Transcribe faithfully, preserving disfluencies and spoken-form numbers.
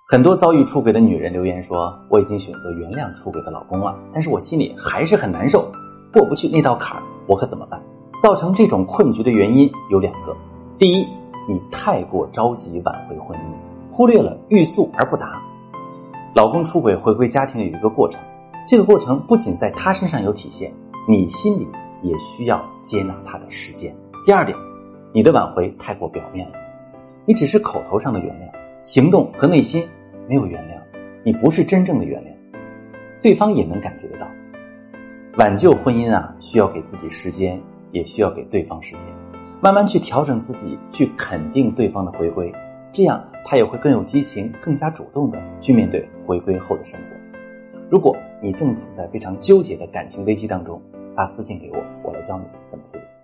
很多遭遇出轨的女人留言说，我已经选择原谅出轨的老公了，但是我心里还是很难受，过不去那道坎儿，我可怎么办？造成这种困局的原因有两个。第一，你太过着急挽回婚姻，忽略了欲速而不达。老公出轨回归家庭有一个过程，这个过程不仅在他身上有体现，你心里也需要接纳他的时间。第二点，你的挽回太过表面了，你只是口头上的原谅，行动和内心没有原谅，你不是真正的原谅，对方也能感觉得到。挽救婚姻啊，需要给自己时间，也需要给对方时间，慢慢去调整自己，去肯定对方的回归，这样他也会更有激情，更加主动的去面对回归后的生活。如果你正处在非常纠结的感情危机当中，发私信给我，我来教你怎么处理。